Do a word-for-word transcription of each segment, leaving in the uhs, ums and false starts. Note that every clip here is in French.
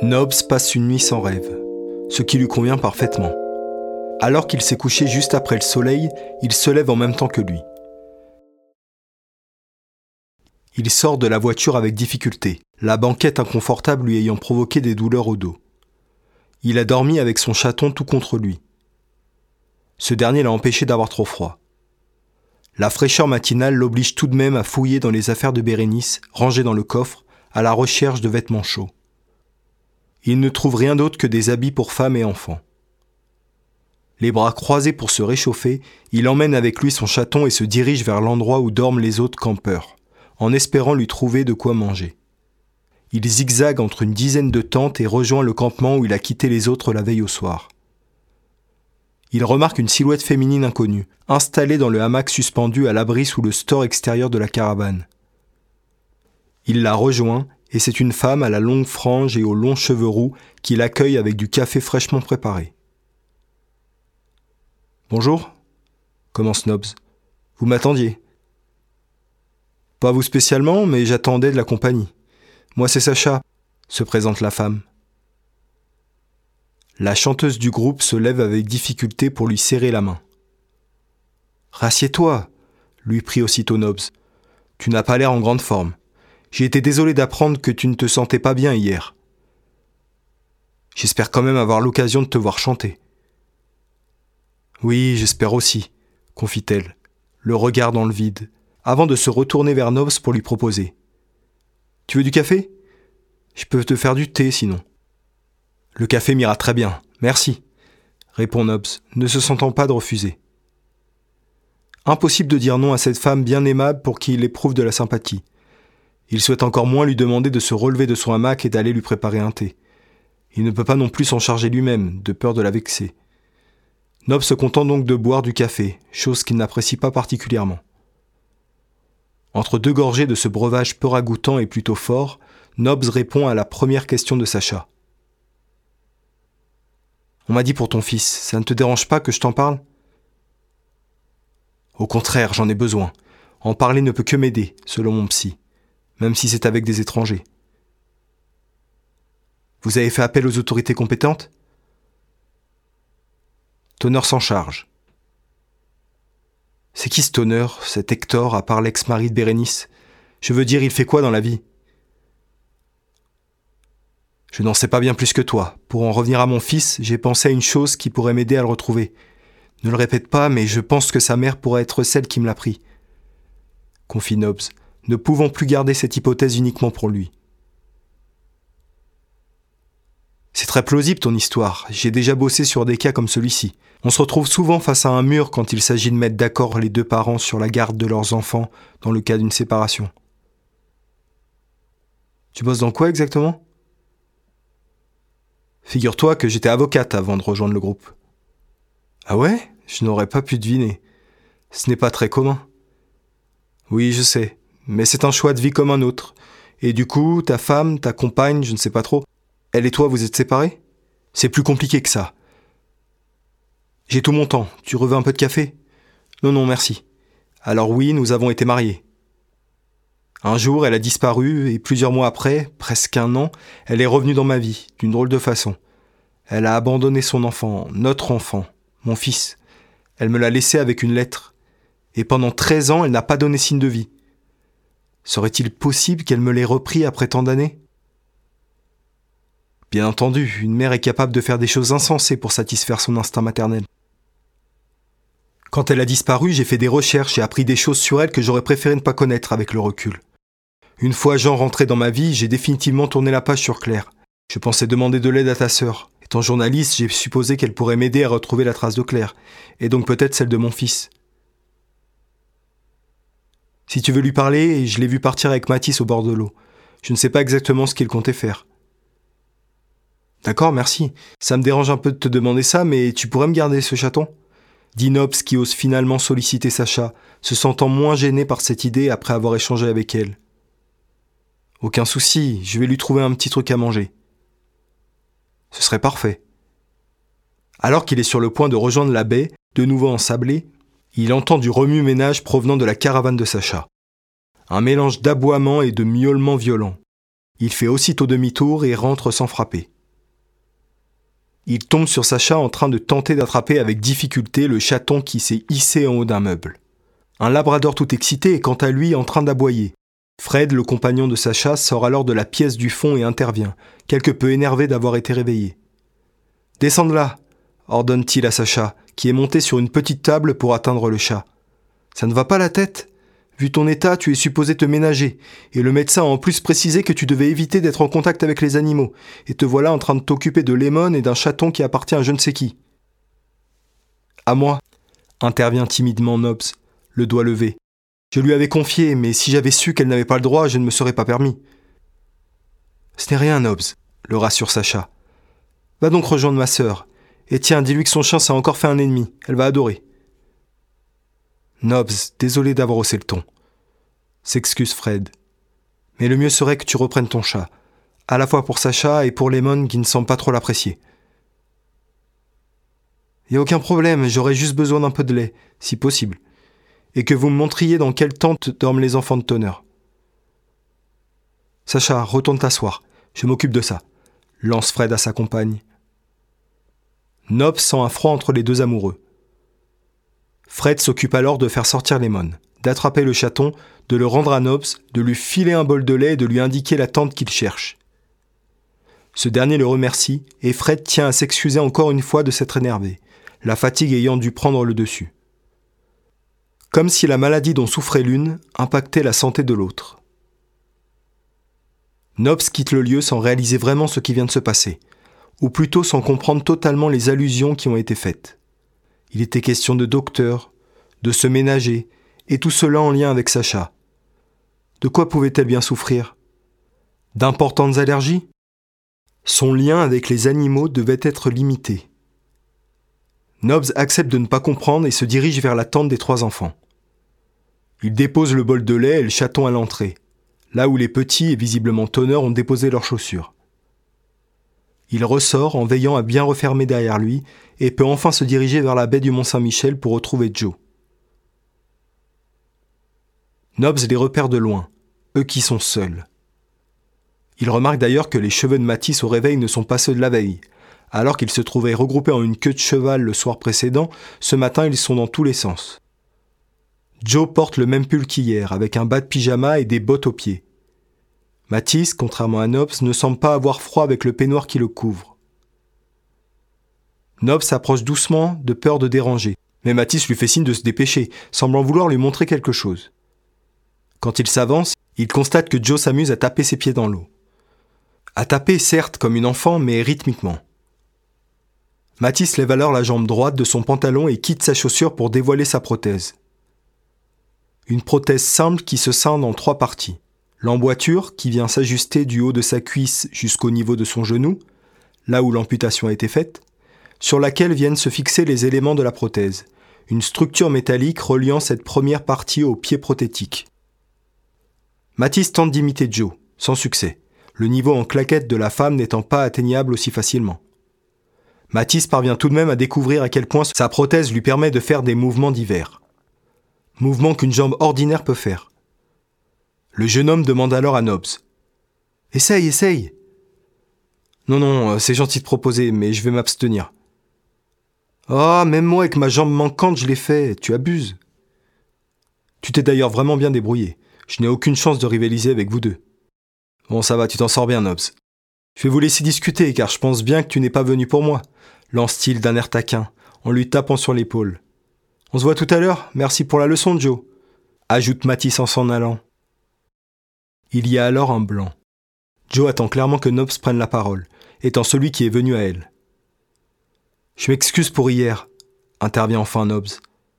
Nobs passe une nuit sans rêve, ce qui lui convient parfaitement. Alors qu'il s'est couché juste après le soleil, il se lève en même temps que lui. Il sort de la voiture avec difficulté, la banquette inconfortable lui ayant provoqué des douleurs au dos. Il a dormi avec son chaton tout contre lui. Ce dernier l'a empêché d'avoir trop froid. La fraîcheur matinale l'oblige tout de même à fouiller dans les affaires de Bérénice, rangées dans le coffre, à la recherche de vêtements chauds. Il ne trouve rien d'autre que des habits pour femmes et enfants. Les bras croisés pour se réchauffer, il emmène avec lui son chaton et se dirige vers l'endroit où dorment les autres campeurs, en espérant lui trouver de quoi manger. Il zigzague entre une dizaine de tentes et rejoint le campement où il a quitté les autres la veille au soir. Il remarque une silhouette féminine inconnue, installée dans le hamac suspendu à l'abri sous le store extérieur de la caravane. Il la rejoint et c'est une femme à la longue frange et aux longs cheveux roux qui l'accueille avec du café fraîchement préparé. « Bonjour » commence Nobs. « Vous m'attendiez ?»« Pas vous spécialement, mais j'attendais de la compagnie. Moi c'est Sacha » se présente la femme. La chanteuse du groupe se lève avec difficulté pour lui serrer la main. « Rassieds-toi » lui prie aussitôt Nobs. « Tu n'as pas l'air en grande forme. J'ai été désolé d'apprendre que tu ne te sentais pas bien hier. J'espère quand même avoir l'occasion de te voir chanter. »« Oui, j'espère aussi, » confie-t-elle, le regard dans le vide, avant de se retourner vers Nobs pour lui proposer. « Tu veux du café ? Je peux te faire du thé sinon. »« Le café m'ira très bien, merci, » répond Nobs, ne se sentant pas de refuser. Impossible de dire non à cette femme bien aimable pour qui il éprouve de la sympathie. Il souhaite encore moins lui demander de se relever de son hamac et d'aller lui préparer un thé. Il ne peut pas non plus s'en charger lui-même, de peur de la vexer. Nobs se contente donc de boire du café, chose qu'il n'apprécie pas particulièrement. Entre deux gorgées de ce breuvage peu ragoûtant et plutôt fort, Nobs répond à la première question de Sacha. « On m'a dit pour ton fils, ça ne te dérange pas que je t'en parle ? » Au contraire, j'en ai besoin. En parler ne peut que m'aider, selon mon psy, même si c'est avec des étrangers. Vous avez fait appel aux autorités compétentes ? Tonner s'en charge. C'est qui ce Tonner, cet Hector, à part l'ex-mari de Bérénice ? Je veux dire, il fait quoi dans la vie ? Je n'en sais pas bien plus que toi. Pour en revenir à mon fils, j'ai pensé à une chose qui pourrait m'aider à le retrouver. Ne le répète pas, mais je pense que sa mère pourrait être celle qui me l'a pris. Confie Nobs, ne pouvant plus garder cette hypothèse uniquement pour lui. C'est très plausible ton histoire, j'ai déjà bossé sur des cas comme celui-ci. On se retrouve souvent face à un mur quand il s'agit de mettre d'accord les deux parents sur la garde de leurs enfants dans le cas d'une séparation. Tu bosses dans quoi exactement ? Figure-toi que j'étais avocate avant de rejoindre le groupe. Ah ouais ? Je n'aurais pas pu deviner. Ce n'est pas très commun. Oui, je sais, mais c'est un choix de vie comme un autre. Et du coup, ta femme, ta compagne, je ne sais pas trop, elle et toi, vous êtes séparés ? C'est plus compliqué que ça. J'ai tout mon temps. Tu veux un peu de café ? Non, non, merci. Alors oui, nous avons été mariés. Un jour, elle a disparu et plusieurs mois après, presque un an, elle est revenue dans ma vie, d'une drôle de façon. Elle a abandonné son enfant, notre enfant, mon fils. Elle me l'a laissé avec une lettre. Et pendant treize ans, elle n'a pas donné signe de vie. Serait-il possible qu'elle me l'ait repris après tant d'années ? Bien entendu, une mère est capable de faire des choses insensées pour satisfaire son instinct maternel. Quand elle a disparu, j'ai fait des recherches et appris des choses sur elle que j'aurais préféré ne pas connaître avec le recul. Une fois Jean rentré dans ma vie, j'ai définitivement tourné la page sur Claire. Je pensais demander de l'aide à ta sœur. Étant journaliste, j'ai supposé qu'elle pourrait m'aider à retrouver la trace de Claire, et donc peut-être celle de mon fils. Si tu veux lui parler, je l'ai vu partir avec Mathis au bord de l'eau. Je ne sais pas exactement ce qu'il comptait faire. D'accord, merci. Ça me dérange un peu de te demander ça, mais tu pourrais me garder ce chaton ? Dit Nobs qui ose finalement solliciter Sacha, se sentant moins gêné par cette idée après avoir échangé avec elle. Aucun souci, je vais lui trouver un petit truc à manger. Ce serait parfait. Alors qu'il est sur le point de rejoindre la baie, de nouveau ensablée, il entend du remue-ménage provenant de la caravane de Sacha. Un mélange d'aboiements et de miaulements violents. Il fait aussitôt demi-tour et rentre sans frapper. Il tombe sur Sacha en train de tenter d'attraper avec difficulté le chaton qui s'est hissé en haut d'un meuble. Un labrador tout excité est quant à lui en train d'aboyer. Fred, le compagnon de Sacha, sort alors de la pièce du fond et intervient, quelque peu énervé d'avoir été réveillé. « Descends de là !» ordonne-t-il à Sacha, qui est monté sur une petite table pour atteindre le chat. « Ça ne va pas la tête ? Vu ton état, tu es supposé te ménager, et le médecin a en plus précisé que tu devais éviter d'être en contact avec les animaux, et te voilà en train de t'occuper de Lemon et d'un chaton qui appartient à je ne sais qui. »« À moi !» intervient timidement Nobs, le doigt levé. « Je lui avais confié, mais si j'avais su qu'elle n'avait pas le droit, je ne me serais pas permis. »« Ce n'est rien, Nobs, » le rassure Sacha. « Va donc rejoindre ma sœur, et tiens, dis-lui que son chien s'est encore fait un ennemi, elle va adorer. » Nobs, désolé d'avoir haussé le ton. S'excuse Fred. Mais le mieux serait que tu reprennes ton chat, à la fois pour Sacha et pour Lemon qui ne semble pas trop l'apprécier. Y a aucun problème, j'aurais juste besoin d'un peu de lait, si possible, et que vous me montriez dans quelle tente dorment les enfants de Toner. Sacha, retourne t'asseoir, je m'occupe de ça, lance Fred à sa compagne. Nobs sent un froid entre les deux amoureux. Fred s'occupe alors de faire sortir Lemon, d'attraper le chaton, de le rendre à Nobs, de lui filer un bol de lait et de lui indiquer la tente qu'il cherche. Ce dernier le remercie et Fred tient à s'excuser encore une fois de s'être énervé, la fatigue ayant dû prendre le dessus. Comme si la maladie dont souffrait l'une impactait la santé de l'autre. Nobs quitte le lieu sans réaliser vraiment ce qui vient de se passer, ou plutôt sans comprendre totalement les allusions qui ont été faites. Il était question de docteur, de se ménager, et tout cela en lien avec Sacha. De quoi pouvait-elle bien souffrir ? D'importantes allergies ? Son lien avec les animaux devait être limité. Nobs accepte de ne pas comprendre et se dirige vers la tente des trois enfants. Il dépose le bol de lait et le chaton à l'entrée, là où les petits et visiblement Toner ont déposé leurs chaussures. Il ressort en veillant à bien refermer derrière lui et peut enfin se diriger vers la baie du Mont-Saint-Michel pour retrouver Joe. Nobs les repère de loin, eux qui sont seuls. Il remarque d'ailleurs que les cheveux de Mathis au réveil ne sont pas ceux de la veille. Alors qu'ils se trouvaient regroupés en une queue de cheval le soir précédent, ce matin ils sont dans tous les sens. Joe porte le même pull qu'hier, avec un bas de pyjama et des bottes aux pieds. Mathis, contrairement à Nobs, ne semble pas avoir froid avec le peignoir qui le couvre. Nobs s'approche doucement, de peur de déranger, mais Mathis lui fait signe de se dépêcher, semblant vouloir lui montrer quelque chose. Quand il s'avance, il constate que Joe s'amuse à taper ses pieds dans l'eau. À taper, certes, comme une enfant, mais rythmiquement. Mathis lève alors la jambe droite de son pantalon et quitte sa chaussure pour dévoiler sa prothèse. Une prothèse simple qui se scinde en trois parties. L'emboîture, qui vient s'ajuster du haut de sa cuisse jusqu'au niveau de son genou, là où l'amputation a été faite, sur laquelle viennent se fixer les éléments de la prothèse, une structure métallique reliant cette première partie au pied prothétique. Mathis tente d'imiter Joe, sans succès, le niveau en claquette de la femme n'étant pas atteignable aussi facilement. Mathis parvient tout de même à découvrir à quel point sa prothèse lui permet de faire des mouvements divers. Mouvements qu'une jambe ordinaire peut faire. Le jeune homme demande alors à Nobs. « Essaye, essaye !»« Non, non, c'est gentil de proposer, mais je vais m'abstenir. »« Ah, même moi avec ma jambe manquante, je l'ai fait, tu abuses. »« Tu t'es d'ailleurs vraiment bien débrouillé. Je n'ai aucune chance de rivaliser avec vous deux. »« Bon, ça va, tu t'en sors bien, Nobs. Je vais vous laisser discuter, car je pense bien que tu n'es pas venu pour moi, » lance-t-il d'un air taquin, en lui tapant sur l'épaule. « On se voit tout à l'heure, merci pour la leçon, Joe, » ajoute Mathis en s'en allant. Il y a alors un blanc. Joe attend clairement que Nobs prenne la parole, étant celui qui est venu à elle. « Je m'excuse pour hier, » intervient enfin Nobs.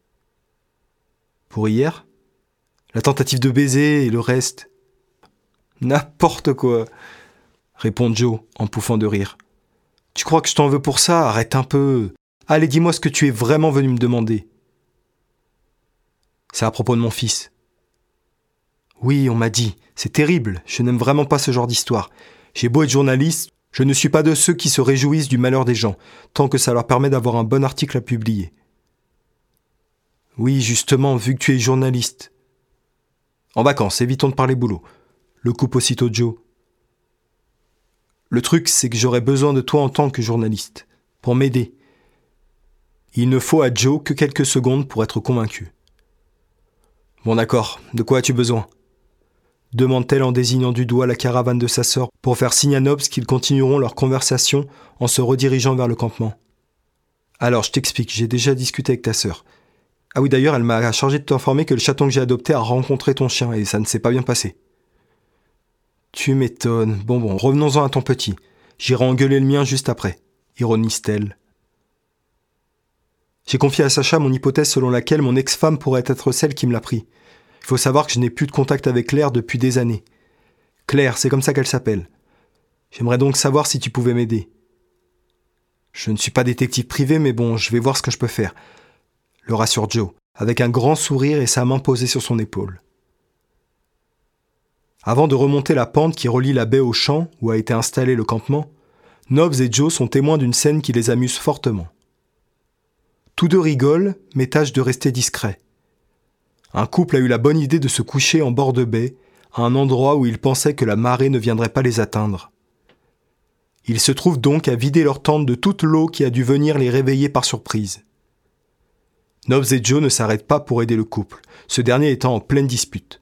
« Pour hier ? La tentative de baiser et le reste. »« N'importe quoi !» répond Joe en pouffant de rire. « Tu crois que je t'en veux pour ça ? Arrête un peu. Allez, dis-moi ce que tu es vraiment venu me demander. » « C'est à propos de mon fils. »« Oui, on m'a dit. C'est terrible. Je n'aime vraiment pas ce genre d'histoire. J'ai beau être journaliste, je ne suis pas de ceux qui se réjouissent du malheur des gens, tant que ça leur permet d'avoir un bon article à publier. »« Oui, justement, vu que tu es journaliste. »« En vacances, évitons de parler boulot. » Le coupe aussitôt Joe. Le truc, c'est que j'aurais besoin de toi en tant que journaliste, pour m'aider. Il ne faut à Joe que quelques secondes pour être convaincu. Bon d'accord, de quoi as-tu besoin ? Demande-t-elle en désignant du doigt la caravane de sa sœur pour faire signe à Nobbs qu'ils continueront leur conversation en se redirigeant vers le campement. Alors, je t'explique, j'ai déjà discuté avec ta sœur. Ah oui, d'ailleurs, elle m'a chargé de t'informer que le chaton que j'ai adopté a rencontré ton chien et ça ne s'est pas bien passé. Tu m'étonnes. Bon bon, revenons-en à ton petit. J'irai engueuler le mien juste après, ironise-t-elle. J'ai confié à Sacha mon hypothèse selon laquelle mon ex-femme pourrait être celle qui me l'a pris. Il faut savoir que je n'ai plus de contact avec Claire depuis des années. Claire, c'est comme ça qu'elle s'appelle. J'aimerais donc savoir si tu pouvais m'aider. Je ne suis pas détective privé, mais bon, je vais voir ce que je peux faire, le rassure Joe, avec un grand sourire et sa main posée sur son épaule. Avant de remonter la pente qui relie la baie au champ où a été installé le campement, Nobbs et Joe sont témoins d'une scène qui les amuse fortement. Tous deux rigolent, mais tâchent de rester discrets. Un couple a eu la bonne idée de se coucher en bord de baie, à un endroit où ils pensaient que la marée ne viendrait pas les atteindre. Ils se trouvent donc à vider leur tente de toute l'eau qui a dû venir les réveiller par surprise. Nobbs et Joe ne s'arrêtent pas pour aider le couple, ce dernier étant en pleine dispute.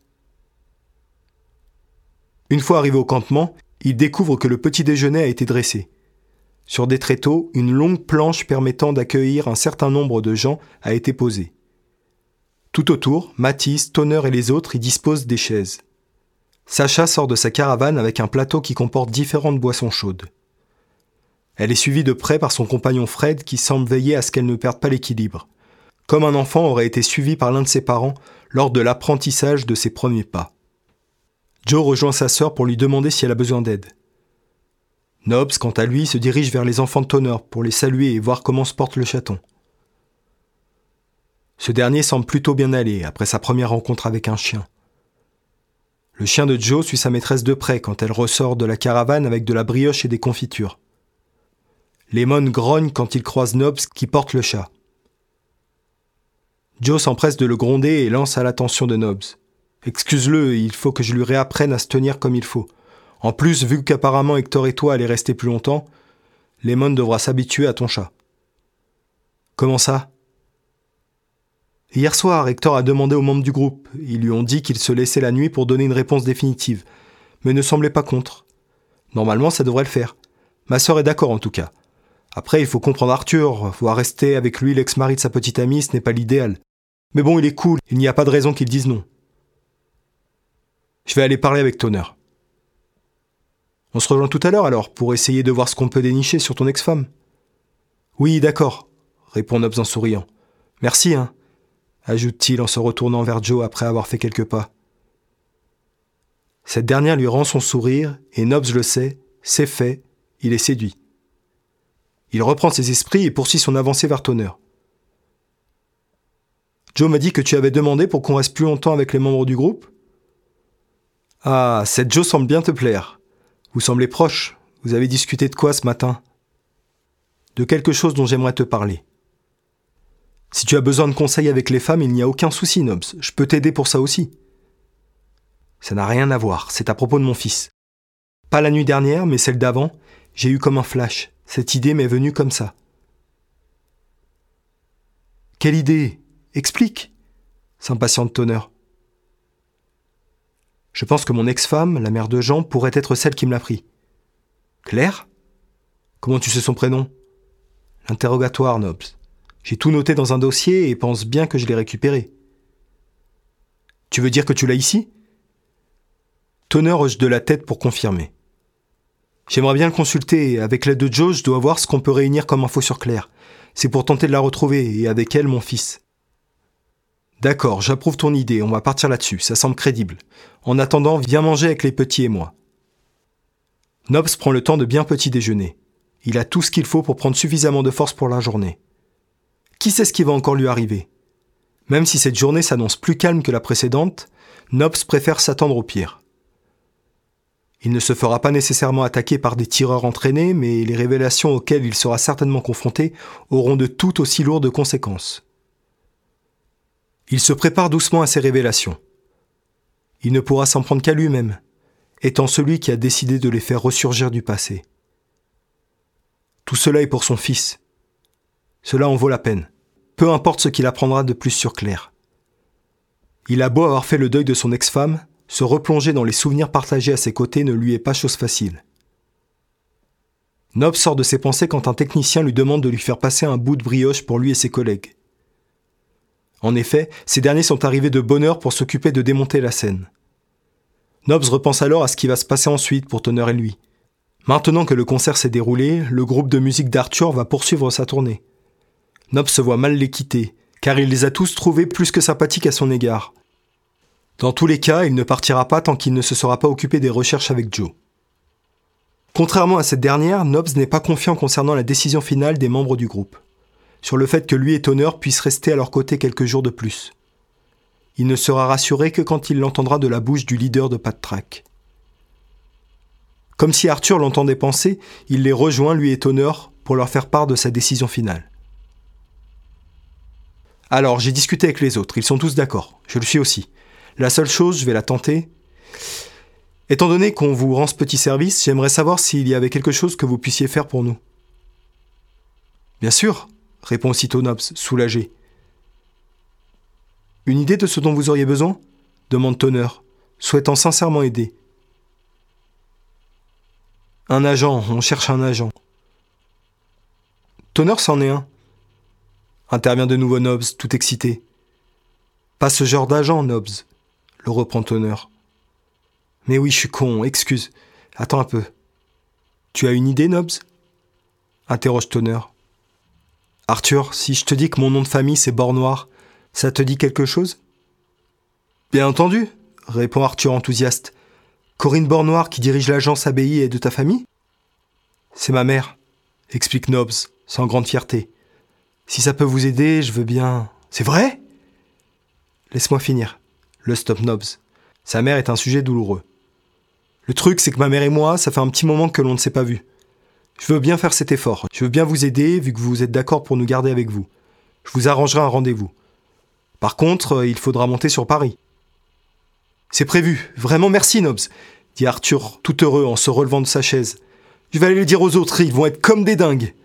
Une fois arrivés au campement, ils découvrent que le petit déjeuner a été dressé. Sur des tréteaux, une longue planche permettant d'accueillir un certain nombre de gens a été posée. Tout autour, Mathis, Toner et les autres y disposent des chaises. Sacha sort de sa caravane avec un plateau qui comporte différentes boissons chaudes. Elle est suivie de près par son compagnon Fred qui semble veiller à ce qu'elle ne perde pas l'équilibre, comme un enfant aurait été suivi par l'un de ses parents lors de l'apprentissage de ses premiers pas. Joe rejoint sa sœur pour lui demander si elle a besoin d'aide. Nobbs, quant à lui, se dirige vers les enfants de Toner pour les saluer et voir comment se porte le chaton. Ce dernier semble plutôt bien aller après sa première rencontre avec un chien. Le chien de Joe suit sa maîtresse de près quand elle ressort de la caravane avec de la brioche et des confitures. Lemon grogne quand il croise Nobbs qui porte le chat. Joe s'empresse de le gronder et lance à l'attention de Nobbs. « Excuse-le, il faut que je lui réapprenne à se tenir comme il faut. En plus, vu qu'apparemment Hector et toi allez rester plus longtemps, Lemon devra s'habituer à ton chat. » « Comment ça ? » Hier soir, Hector a demandé aux membres du groupe. Ils lui ont dit qu'ils se laissaient la nuit pour donner une réponse définitive, mais ne semblaient pas contre. Normalement, ça devrait le faire. Ma sœur est d'accord en tout cas. Après, il faut comprendre Arthur, voir rester avec lui l'ex-mari de sa petite amie, ce n'est pas l'idéal. Mais bon, il est cool, il n'y a pas de raison qu'il dise non. Je vais aller parler avec Toner. On se rejoint tout à l'heure alors, pour essayer de voir ce qu'on peut dénicher sur ton ex-femme. Oui, d'accord, répond Nobbs en souriant. Merci, hein, ajoute-t-il en se retournant vers Joe après avoir fait quelques pas. Cette dernière lui rend son sourire, et Nobbs le sait, c'est fait, il est séduit. Il reprend ses esprits et poursuit son avancée vers Toner. Joe m'a dit que tu avais demandé pour qu'on reste plus longtemps avec les membres du groupe ? Ah, cette Joe semble bien te plaire. Vous semblez proches. Vous avez discuté de quoi ce matin ? De quelque chose dont j'aimerais te parler. Si tu as besoin de conseils avec les femmes, il n'y a aucun souci, Nobbs. Je peux t'aider pour ça aussi. Ça n'a rien à voir, c'est à propos de mon fils. Pas la nuit dernière, mais celle d'avant, j'ai eu comme un flash. Cette idée m'est venue comme ça. Quelle idée ? Explique, s'impatiente Toner. Je pense que mon ex-femme, la mère de Jean, pourrait être celle qui me l'a pris. Claire ? Comment tu sais son prénom ? L'interrogatoire, Nobbs. J'ai tout noté dans un dossier et pense bien que je l'ai récupéré. Tu veux dire que tu l'as ici ? Toner hoche de la tête pour confirmer. J'aimerais bien le consulter et avec l'aide de Joe, je dois voir ce qu'on peut réunir comme info sur Claire. C'est pour tenter de la retrouver et avec elle, mon fils. D'accord, j'approuve ton idée, on va partir là-dessus, ça semble crédible. En attendant, viens manger avec les petits et moi. Nobbs prend le temps de bien petit déjeuner. Il a tout ce qu'il faut pour prendre suffisamment de force pour la journée. Qui sait ce qui va encore lui arriver ? Même si cette journée s'annonce plus calme que la précédente, Nobbs préfère s'attendre au pire. Il ne se fera pas nécessairement attaquer par des tireurs entraînés, mais les révélations auxquelles il sera certainement confronté auront de tout aussi lourdes conséquences. Il se prépare doucement à ces révélations. Il ne pourra s'en prendre qu'à lui-même, étant celui qui a décidé de les faire ressurgir du passé. Tout cela est pour son fils. Cela en vaut la peine. Peu importe ce qu'il apprendra de plus sur Claire. Il a beau avoir fait le deuil de son ex-femme, se replonger dans les souvenirs partagés à ses côtés ne lui est pas chose facile. Nobs sort de ses pensées quand un technicien lui demande de lui faire passer un bout de brioche pour lui et ses collègues. En effet, ces derniers sont arrivés de bonne heure pour s'occuper de démonter la scène. Nobs repense alors à ce qui va se passer ensuite pour Tonner et lui. Maintenant que le concert s'est déroulé, le groupe de musique d'Arthur va poursuivre sa tournée. Nobs se voit mal les quitter, car il les a tous trouvés plus que sympathiques à son égard. Dans tous les cas, il ne partira pas tant qu'il ne se sera pas occupé des recherches avec Joe. Contrairement à cette dernière, Nobs n'est pas confiant concernant la décision finale des membres du groupe, sur le fait que lui et Tonner puissent rester à leur côté quelques jours de plus. Il ne sera rassuré que quand il l'entendra de la bouche du leader de Pat Track. Comme si Arthur l'entendait penser, il les rejoint, lui et Tonner, pour leur faire part de sa décision finale. Alors, j'ai discuté avec les autres, ils sont tous d'accord, je le suis aussi. La seule chose, je vais la tenter. Étant donné qu'on vous rend ce petit service, j'aimerais savoir s'il y avait quelque chose que vous puissiez faire pour nous. Bien sûr, répond aussitôt Nobs, soulagé. Une idée de ce dont vous auriez besoin ? Demande Tonner, souhaitant sincèrement aider. Un agent, on cherche un agent. Tonner c'en est un. Intervient de nouveau Nobs, tout excité. Pas ce genre d'agent, Nobs, le reprend Tonner. Mais oui, je suis con, excuse. Attends un peu. Tu as une idée, Nobs ? Interroge Tonner. Arthur, si je te dis que mon nom de famille c'est Bornoir, ça te dit quelque chose ? Bien entendu, répond Arthur enthousiaste. Corinne Bornoir qui dirige l'agence A B I est de ta famille ? C'est ma mère, explique Nobs, sans grande fierté. Si ça peut vous aider, je veux bien... C'est vrai ? Laisse-moi finir. Le stop Nobs. Sa mère est un sujet douloureux. Le truc, c'est que ma mère et moi, ça fait un petit moment que l'on ne s'est pas vus. Je veux bien faire cet effort. Je veux bien vous aider, vu que vous êtes d'accord pour nous garder avec vous. Je vous arrangerai un rendez-vous. Par contre, il faudra monter sur Paris. C'est prévu. Vraiment merci, Nobs, dit Arthur, tout heureux en se relevant de sa chaise. Je vais aller le dire aux autres, ils vont être comme des dingues.